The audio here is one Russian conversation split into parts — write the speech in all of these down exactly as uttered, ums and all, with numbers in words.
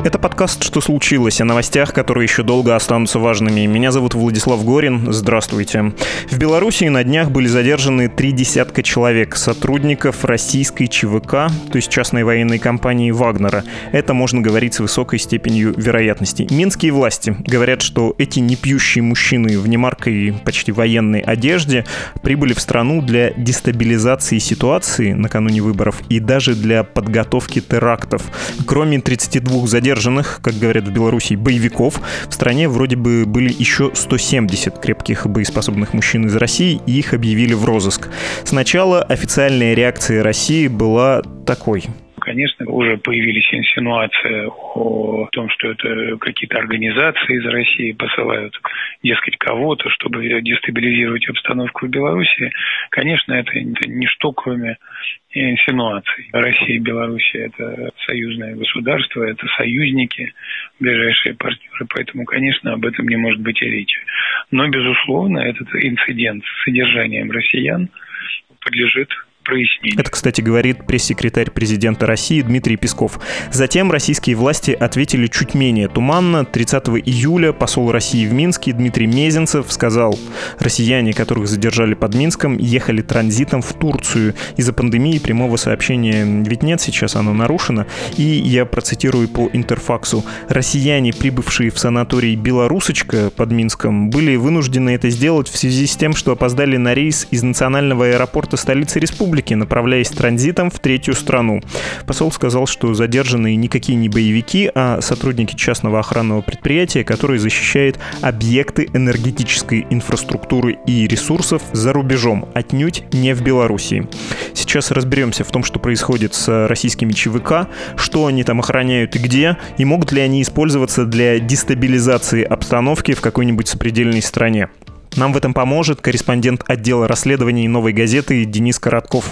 Это подкаст «Что случилось?» о новостях, которые еще долго останутся важными. Меня зовут Владислав Горин. Здравствуйте. В Белоруссии на днях были задержаны три десятка человек, сотрудников российской ЧВК, то есть частной военной компании «Вагнера». Это можно говорить с высокой степенью вероятности. Минские власти говорят, что эти непьющие мужчины в немаркой, почти военной одежде прибыли в страну для дестабилизации ситуации накануне выборов и даже для подготовки терактов. Кроме тридцати двух задержанных, как говорят в Беларуси, боевиков, в стране вроде бы были еще сто семьдесят крепких боеспособных мужчин из России, и их объявили в розыск. Сначала официальная реакция России была такой. Конечно, уже появились инсинуации о том, что это какие-то организации из России посылают, дескать, кого-то, чтобы дестабилизировать обстановку в Беларуси. Конечно, это ничто, кроме инсинуаций. Россия и Беларусь – это союзное государство, это союзники, ближайшие партнеры, поэтому, конечно, об этом не может быть и речи. Но, безусловно, этот инцидент с содержанием россиян подлежит прояснению. Это, кстати, говорит пресс-секретарь президента России Дмитрий Песков. Затем российские власти ответили чуть менее туманно. тридцатого июля посол России в Минске Дмитрий Мезенцев сказал: россияне, которых задержали под Минском, ехали транзитом в Турцию. Из-за пандемии прямого сообщения ведь нет, сейчас оно нарушено. И я процитирую по Интерфаксу. Россияне, прибывшие в санаторий «Белорусочка» под Минском, были вынуждены это сделать в связи с тем, что опоздали на рейс из национального аэропорта столицы республики, направляясь транзитом в третью страну. Посол сказал, что задержанные никакие не боевики, а сотрудники частного охранного предприятия, которое защищает объекты энергетической инфраструктуры и ресурсов за рубежом, отнюдь не в Белоруссии. Сейчас разберемся в том, что происходит с российскими ЧВК, что они там охраняют и где, и могут ли они использоваться для дестабилизации обстановки в какой-нибудь сопредельной стране. Нам в этом поможет корреспондент отдела расследований «Новой газеты» Денис Коротков.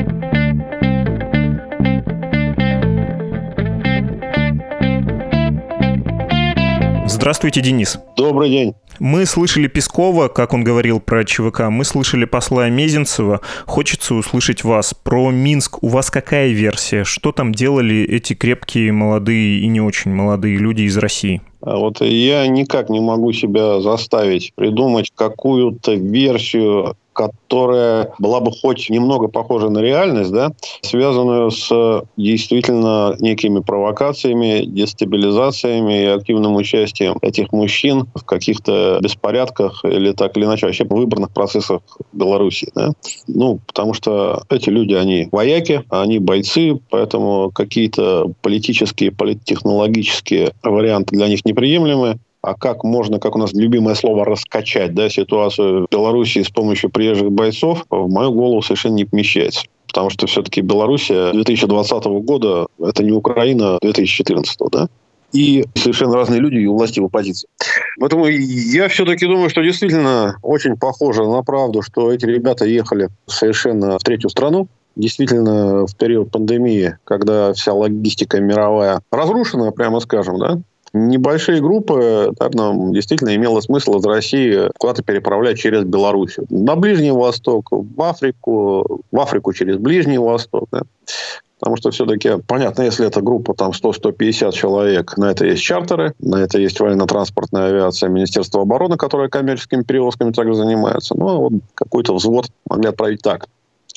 Здравствуйте, Денис. Добрый день. Мы слышали Пескова, как он говорил про ЧВК, мы слышали посла Мезенцева. Хочется услышать вас. Про Минск у вас какая версия? Что там делали эти крепкие, молодые и не очень молодые люди из России? Вот я никак не могу себя заставить придумать какую-то версию, которая была бы хоть немного похожа на реальность, да, связанную с действительно некими провокациями, дестабилизациями и активным участием этих мужчин в каких-то беспорядках или так или иначе вообще в выборных процессах в Беларуси. Да? Ну, потому что эти люди, они вояки, они бойцы, поэтому какие-то политические, политтехнологические варианты для них неприемлемы. А как можно, как у нас любимое слово, раскачать, да, ситуацию в Беларуси с помощью приезжих бойцов, в мою голову совершенно не помещается. Потому что все-таки Белоруссия две тысячи двадцатого года – это не Украина две тысячи четырнадцатого, да? И совершенно разные люди и у власти, и в оппозиции. Поэтому я все-таки думаю, что действительно очень похоже на правду, что эти ребята ехали совершенно в третью страну. Действительно, в период пандемии, когда вся логистика мировая разрушена, прямо скажем, да, небольшие группы, наверное, действительно имело смысл из России куда-то переправлять через Белоруссию. На Ближний Восток, в Африку, в Африку через Ближний Восток. Да? Потому что все-таки, понятно, если это группа там сто - сто пятьдесят человек, на это есть чартеры, на это есть военно-транспортная авиация Министерства обороны, которая коммерческими перевозками также занимается. Ну, вот какой-то взвод могли отправить так.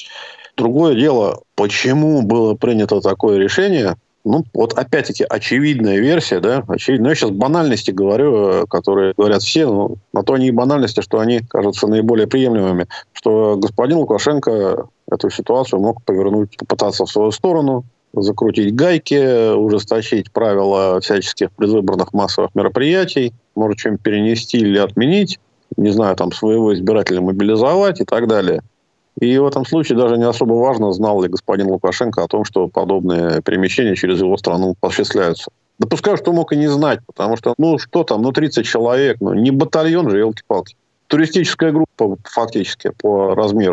Другое дело, почему было принято такое решение. Ну, вот опять-таки очевидная версия, да, очевидно. Я сейчас банальности говорю, которые говорят все, но на то они и банальности, что они кажутся наиболее приемлемыми, что господин Лукашенко эту ситуацию мог повернуть, попытаться в свою сторону, закрутить гайки, ужесточить правила всяческих предвыборных массовых мероприятий, может, чем-нибудь перенести или отменить, не знаю, там, своего избирателя мобилизовать и так далее. И в этом случае даже не особо важно, знал ли господин Лукашенко о том, что подобные перемещения через его страну осуществляются. Допускаю, что мог и не знать, потому что, ну, что там, ну, тридцать человек, ну, не батальон же, елки-палки. Туристическая группа фактически по размеру, да.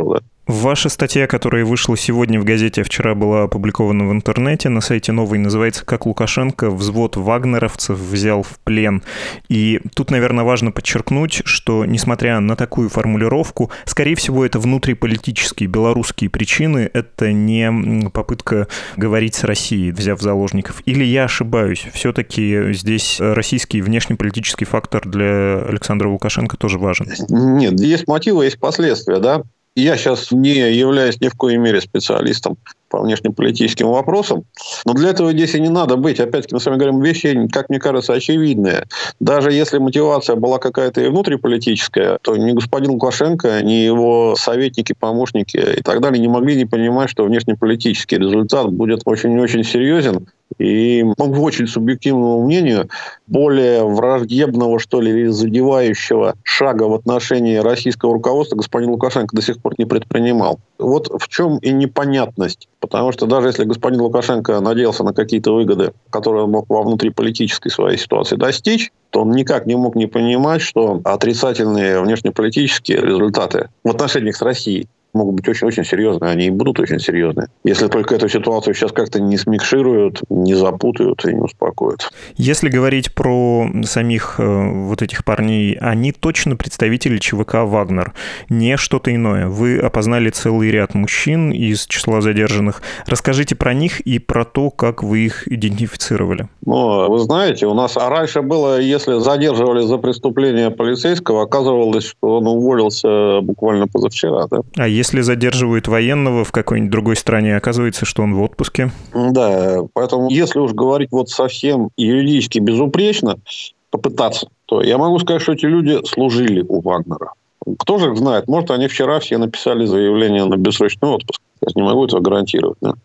Ваша статья, которая вышла сегодня в газете, а вчера была опубликована в интернете, на сайте «Новой», называется «Как Лукашенко взвод вагнеровцев взял в плен». И тут, наверное, важно подчеркнуть, что, несмотря на такую формулировку, скорее всего, это внутриполитические белорусские причины, это не попытка говорить с Россией, взяв заложников. Или я ошибаюсь? Все-таки здесь российский внешнеполитический фактор для Александра Лукашенко тоже важен. Нет, есть мотивы, есть последствия, да. Я сейчас не являюсь ни в коей мере специалистом по внешнеполитическим вопросам. Но для этого здесь и не надо быть. Опять-таки, мы с вами говорим вещи, как мне кажется, очевидные. Даже если мотивация была какая-то и внутриполитическая, то ни господин Лукашенко, ни его советники, помощники и так далее не могли не понимать, что внешнеполитический результат будет очень-очень серьезен. И, по очень субъективному мнению, более враждебного, что ли, или задевающего шага в отношении российского руководства господин Лукашенко до сих пор не предпринимал. Вот в чем и непонятность. Потому что даже если господин Лукашенко надеялся на какие-то выгоды, которые он мог во внутриполитической своей ситуации достичь, то он никак не мог не понимать, что отрицательные внешнеполитические результаты в отношениях с Россией могут быть очень-очень серьезные, они и будут очень серьезные. Если только эту ситуацию сейчас как-то не смикшируют, не запутают и не успокоят. Если говорить про самих э, вот этих парней, они точно представители ЧВК «Вагнер», не что-то иное. Вы опознали целый ряд мужчин из числа задержанных. Расскажите про них и про то, как вы их идентифицировали. Ну, вы знаете, у нас а раньше было, если задерживали за преступление полицейского, оказывалось, что он уволился буквально позавчера. Да? А если задерживают военного в какой-нибудь другой стране, оказывается, что он в отпуске? Да, поэтому если уж говорить вот совсем юридически безупречно, попытаться, то я могу сказать, что эти люди служили у Вагнера. Кто же их знает? Может, они вчера все написали заявление на бессрочный отпуск. Я не могу этого гарантировать. Да?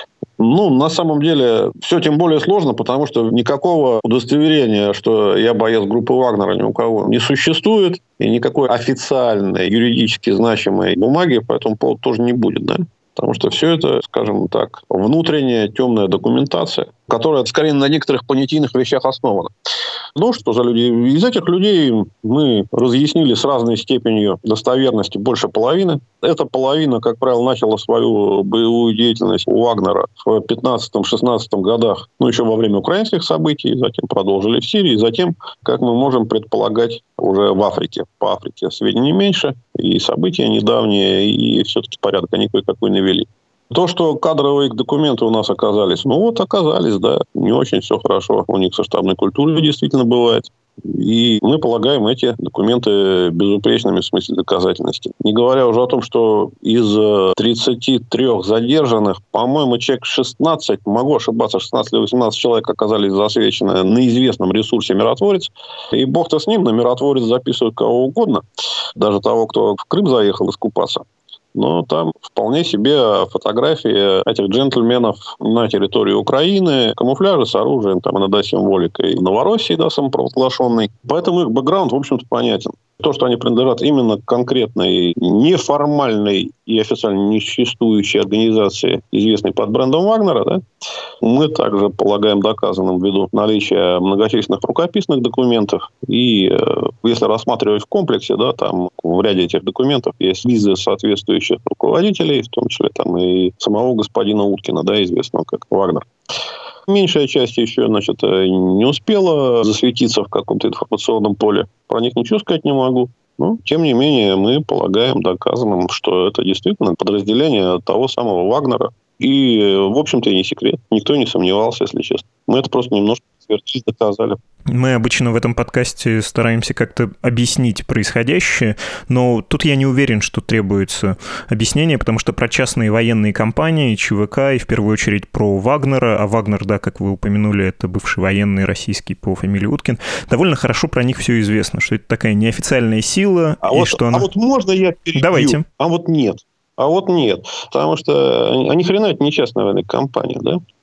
Ну, на самом деле, все тем более сложно, потому что никакого удостоверения, что я боец группы Вагнера, ни у кого не существует, и никакой официальной, юридически значимой бумаги по этому поводу тоже не будет, да? Потому что все это, скажем так, внутренняя темная документация, которая, скорее, на некоторых понятийных вещах основана. Ну, что за люди? Из этих людей мы разъяснили с разной степенью достоверности больше половины. Эта половина, как правило, начала свою боевую деятельность у Вагнера в пятнадцатом-шестнадцатом годах, ну, еще во время украинских событий, затем продолжили в Сирии, затем, как мы можем предполагать, уже в Африке. По Африке сведений меньше, и события недавние, и все-таки порядок они кое-какой навели. То, что кадровые документы у нас оказались, ну вот оказались, да, не очень все хорошо у них со штабной культурой действительно бывает. И мы полагаем эти документы безупречными в смысле доказательности. Не говоря уже о том, что из тридцати трёх задержанных, по-моему, человек шестнадцать, могу ошибаться, шестнадцать или восемнадцать человек оказались засвечены на известном ресурсе «Миротворец». И бог-то с ним, на «Миротворец» записывают кого угодно, даже того, кто в Крым заехал искупаться. Но там вполне себе фотографии этих джентльменов на территории Украины, камуфляжи с оружием, там иногда символикой Новороссии, да, самопровозглашенной. Поэтому их бэкграунд, в общем-то, понятен. То, что они принадлежат именно к конкретной, неформальной и официально не существующей организации, известной под брендом Вагнера, да, мы также полагаем доказанным ввиду наличия многочисленных рукописных документов. И э, если рассматривать в комплексе, да, там в ряде этих документов есть визы соответствующих руководителей, в том числе там и самого господина Уткина, да, известного как Вагнер. Меньшая часть еще, значит, не успела засветиться в каком-то информационном поле. Про них ничего сказать не могу. Но, тем не менее, мы полагаем доказанным, что это действительно подразделение того самого Вагнера. И, в общем-то, и не секрет. Никто не сомневался, если честно. Мы это просто немножко сверчили, доказали. Мы обычно в этом подкасте стараемся как-то объяснить происходящее, но тут я не уверен, что требуется объяснение, потому что про частные военные компании, ЧВК и в первую очередь про Вагнера, а Вагнер, да, как вы упомянули, это бывший военный российский по фамилии Уткин, довольно хорошо про них все известно, что это такая неофициальная сила. А, и вот, что она... а вот можно я перебью? Давайте. А вот нет. А вот нет. Потому что ни хрена это не частная военная компания, да?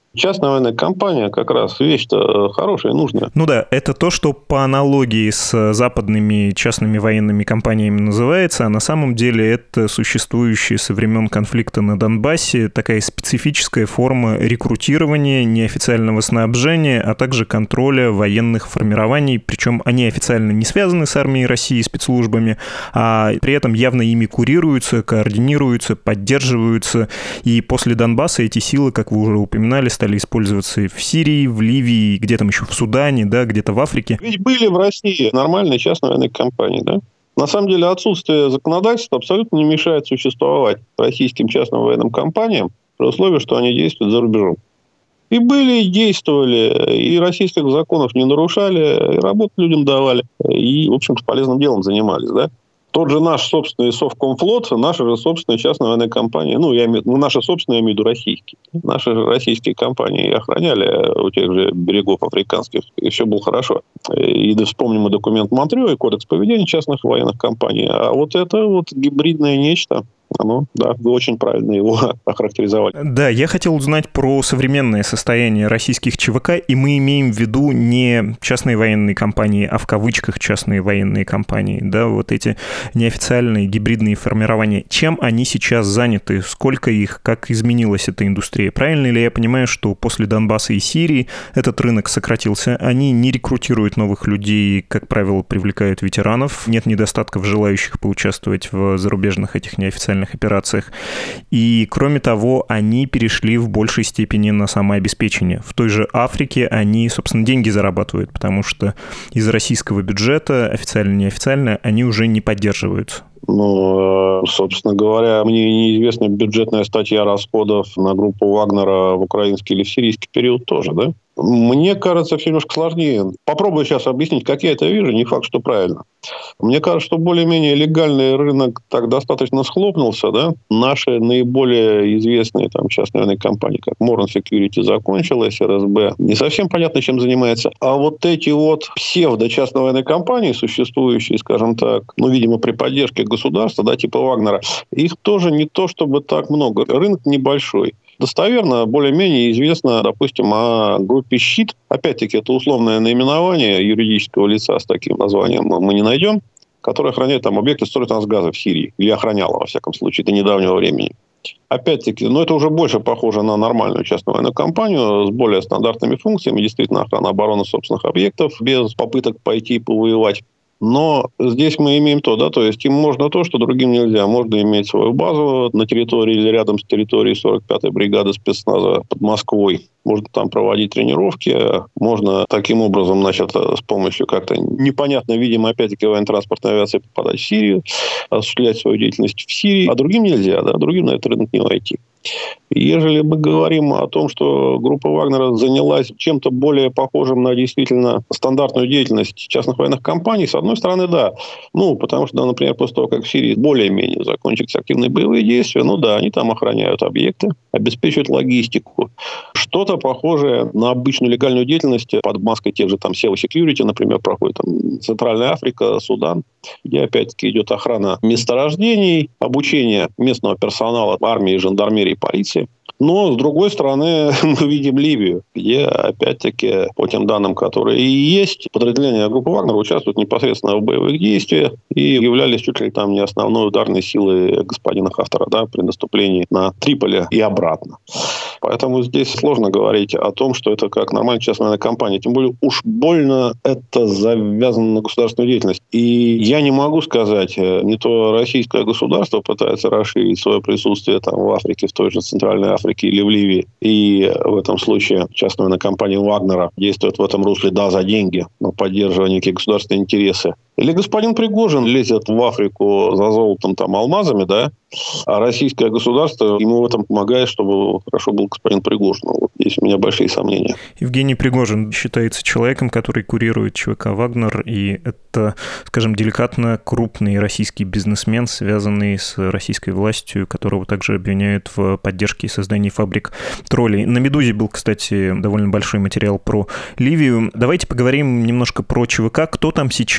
Частная военная компания как раз вещь-то хорошая, нужная. Ну да, это то, что по аналогии с западными частными военными компаниями называется, а на самом деле это существующая со времен конфликта на Донбассе такая специфическая форма рекрутирования, неофициального снабжения, а также контроля военных формирований, причем они официально не связаны с армией России, спецслужбами, а при этом явно ими курируются, координируются, поддерживаются, и после Донбасса эти силы, как вы уже упоминали, стали использоваться в Сирии, в Ливии, где там еще в Судане, да, где-то в Африке. Ведь были в России нормальные частные военные компании, да? На самом деле отсутствие законодательства абсолютно не мешает существовать российским частным военным компаниям при условии, что они действуют за рубежом. И были, и действовали, и российских законов не нарушали, и работу людям давали, и, в общем-то, полезным делом занимались, да? Тот же наш собственный Совкомфлот, наша же собственная частная военная компания, ну, я имею, ну, наши собственные, я имею в виду российские. Наши же российские компании охраняли у тех же берегов африканских, и все было хорошо. И да, вспомним и документ Монтрео, и кодекс поведения частных военных компаний. А вот это вот гибридное нечто, оно, да, вы очень правильно его охарактеризовали. Да, я хотел узнать про современное состояние российских ЧВК, и мы имеем в виду не частные военные компании, а в кавычках частные военные компании, да, вот эти неофициальные гибридные формирования. Чем они сейчас заняты? Сколько их? Как изменилась эта индустрия? Правильно ли я понимаю, что после Донбасса и Сирии этот рынок сократился? Они не рекрутируют новых людей, как правило, привлекают ветеранов. Нет недостатков желающих поучаствовать в зарубежных этих неофициальных операциях. И, кроме того, они перешли в большей степени на самообеспечение. В той же Африке они, собственно, деньги зарабатывают, потому что из российского бюджета, официально неофициально, они уже не поддерживаются. Ну, собственно говоря, мне неизвестна бюджетная статья расходов на группу Вагнера в украинский или в сирийский период тоже, да? Мне кажется, все немножко сложнее. Попробую сейчас объяснить, как я это вижу, не факт, что правильно. Мне кажется, что более-менее легальный рынок так достаточно схлопнулся, да? Наши наиболее известные там частные военные компании, как Moran Security, закончилась, эр эс бэ. Не совсем понятно, чем занимается. А вот эти вот псевдо-частные военные компании, существующие, скажем так, ну, видимо, при поддержке государства, да, типа Вагнера, их тоже не то, чтобы так много. Рынок небольшой. Достоверно, более-менее известно, допустим, о группе «Щит». Опять-таки, это условное наименование юридического лица с таким названием мы не найдем, который охраняет там объекты газа в Сирии. Или охраняла, во всяком случае, до недавнего времени. Опять-таки, но это уже больше похоже на нормальную частную военную компанию с более стандартными функциями. Действительно, охрана обороны собственных объектов без попыток пойти и повоевать. Но здесь мы имеем то, да, то есть им можно то, что другим нельзя. Можно иметь свою базу на территории или рядом с территорией сорок пятой бригады спецназа под Москвой. Можно там проводить тренировки, можно таким образом, значит, с помощью как-то непонятно, видимо, опять-таки военно-транспортной авиации попадать в Сирию, осуществлять свою деятельность в Сирии, а другим нельзя, да, другим на этот рынок не войти. Ежели мы говорим о том, что группа Вагнера занялась чем-то более похожим на действительно стандартную деятельность частных военных компаний, с одной стороны, да. Ну, потому что, например, после того, как в Сирии более-менее закончились активные боевые действия, ну да, они там охраняют объекты, обеспечивают логистику. Что-то похожее на обычную легальную деятельность под маской тех же там Сева Security, например, проходит там Центральная Африка, Судан, где опять-таки идет охрана месторождений, обучение местного персонала армии, жандармерии, полиции. Но, с другой стороны, мы видим Ливию, где, опять-таки, по тем данным, которые и есть, подразделения группы Вагнера участвуют непосредственно в боевых действиях и являлись чуть ли там не основной ударной силой господина Хафтара, да, при наступлении на Триполи и обратно. Поэтому здесь сложно говорить о том, что это как нормальная частная компания. Тем более уж больно это завязано на государственную деятельность. И я не могу сказать, не то российское государство пытается расширить свое присутствие там в Африке, в той же Центральной Африке или в Ливии. И в этом случае частная военная компания Вагнера действует в этом русле, да, за деньги, но поддерживая некие государственные интересы. Или господин Пригожин лезет в Африку за золотом, там, алмазами, да, а российское государство ему в этом помогает, чтобы хорошо был господин Пригожин. Вот здесь у меня большие сомнения. Евгений Пригожин считается человеком, который курирует ЧВК «Вагнер», и это, скажем, деликатно крупный российский бизнесмен, связанный с российской властью, которого также обвиняют в поддержке и создании фабрик троллей. На «Медузе» был, кстати, довольно большой материал про Ливию. Давайте поговорим немножко про ЧВК. Кто там сейчас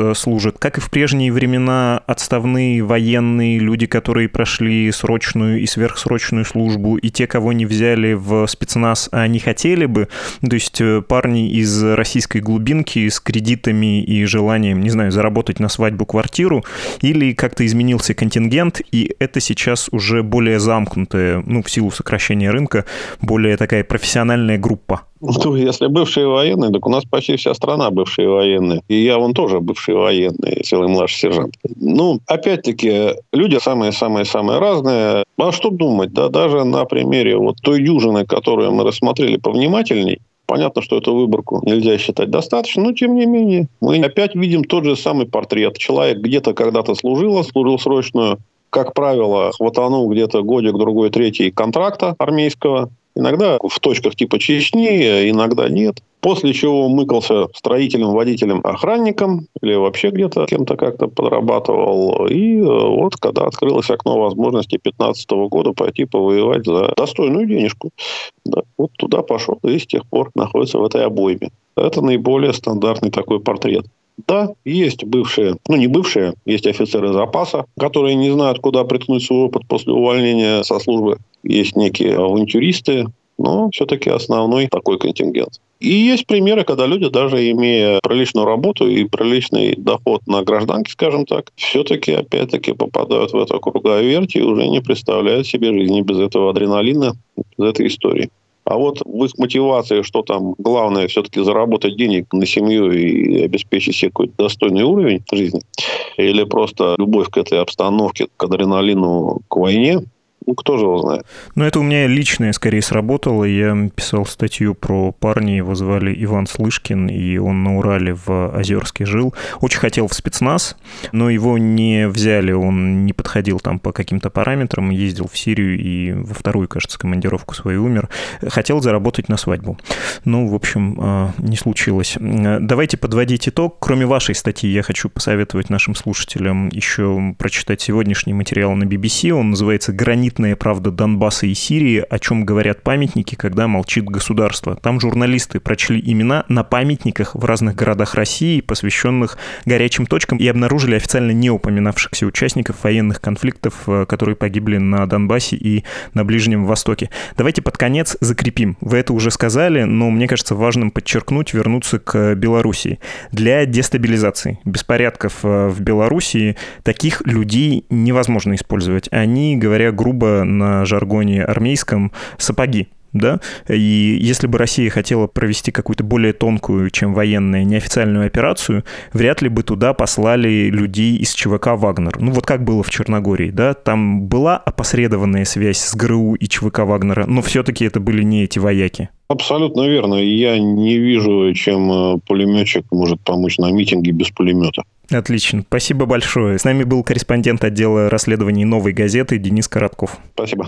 служат. Как и в прежние времена, отставные военные, люди, которые прошли срочную и сверхсрочную службу, и те, кого не взяли в спецназ, а не хотели бы, то есть парни из российской глубинки с кредитами и желанием, не знаю, заработать на свадьбу квартиру, или как-то изменился контингент, и это сейчас уже более замкнутая, ну, в силу сокращения рынка, более такая профессиональная группа? Ну, если бывшие военные, так у нас почти вся страна бывшие военные. И я вон тоже бывший военный, целый младший сержант. Ну, опять-таки, люди самые-самые-самые разные. А что думать, да, даже на примере вот той дюжины, которую мы рассмотрели повнимательней, понятно, что эту выборку нельзя считать достаточно, но тем не менее мы опять видим тот же самый портрет. Человек где-то когда-то служил, служил срочную, как правило, хватанул где-то годик, другой, третий контракта армейского. Иногда в точках типа Чечни, иногда нет. После чего мыкался строителем, водителем, охранником или вообще где-то кем-то как-то подрабатывал. И вот когда открылось окно возможности две тысячи пятнадцатого года пойти повоевать за достойную денежку, да, вот туда пошел и с тех пор находится в этой обойме. Это наиболее стандартный такой портрет. Да, есть бывшие, ну не бывшие, есть офицеры запаса, которые не знают, куда приткнуть свой опыт после увольнения со службы. Есть некие авантюристы, но все-таки основной такой контингент. И есть примеры, когда люди, даже имея приличную работу и приличный доход на гражданке, скажем так, все-таки, опять-таки, попадают в эту круговерть и уже не представляют себе жизни без этого адреналина, без этой истории. А вот в их мотивации, что там главное все-таки заработать денег на семью и обеспечить себе какой-то достойный уровень жизни, или просто любовь к этой обстановке, к адреналину, к войне, ну, кто же его знает. Ну, это у меня личное скорее сработало. Я писал статью про парня, его звали Иван Слышкин, и он на Урале в Озерске жил. Очень хотел в спецназ, но его не взяли, он не подходил там по каким-то параметрам, ездил в Сирию и во вторую, кажется, командировку свою умер. Хотел заработать на свадьбу. Ну, в общем, не случилось. Давайте подводить итог. Кроме вашей статьи, я хочу посоветовать нашим слушателям еще прочитать сегодняшний материал на би би си. Он называется «Гранит правда Донбасса и Сирии, о чем говорят памятники, когда молчит государство». Там журналисты прочли имена на памятниках в разных городах России, посвященных горячим точкам, и обнаружили официально не упоминавшихся участников военных конфликтов, которые погибли на Донбассе и на Ближнем Востоке. Давайте под конец закрепим. Вы это уже сказали, но мне кажется важным подчеркнуть, вернуться к Белоруссии. Для дестабилизации беспорядков в Белоруссии таких людей невозможно использовать. Они, говоря грубо на жаргоне армейском, сапоги. Да? И если бы Россия хотела провести какую-то более тонкую, чем военная, неофициальную операцию, вряд ли бы туда послали людей из ЧВК «Вагнер». Ну вот как было в Черногории, да? Там была опосредованная связь с ГРУ и ЧВК «Вагнера», но все-таки это были не эти вояки. Абсолютно верно. Я не вижу, чем пулеметчик может помочь на митинге без пулемета. Отлично. Спасибо большое. С нами был корреспондент отдела расследований «Новой газеты» Денис Коротков. Спасибо.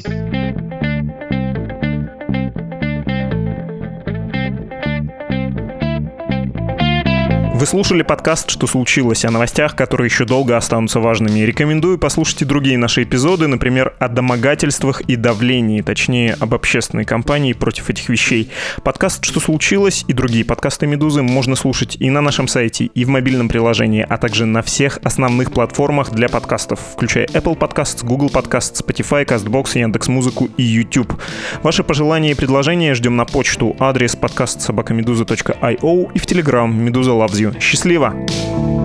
Вы слушали подкаст «Что случилось?» о новостях, которые еще долго останутся важными. Рекомендую послушать и другие наши эпизоды, например, о домогательствах и давлении, точнее, об общественной кампании против этих вещей. Подкаст «Что случилось?» и другие подкасты «Медузы» можно слушать и на нашем сайте, и в мобильном приложении, а также на всех основных платформах для подкастов, включая Apple Podcasts, Google Podcasts, Spotify, CastBox, Яндекс.Музыку и YouTube. Ваши пожелания и предложения ждем на почту, адрес подкаст собака медуза точка ай о и в Telegram «Медуза loves you». Счастливо!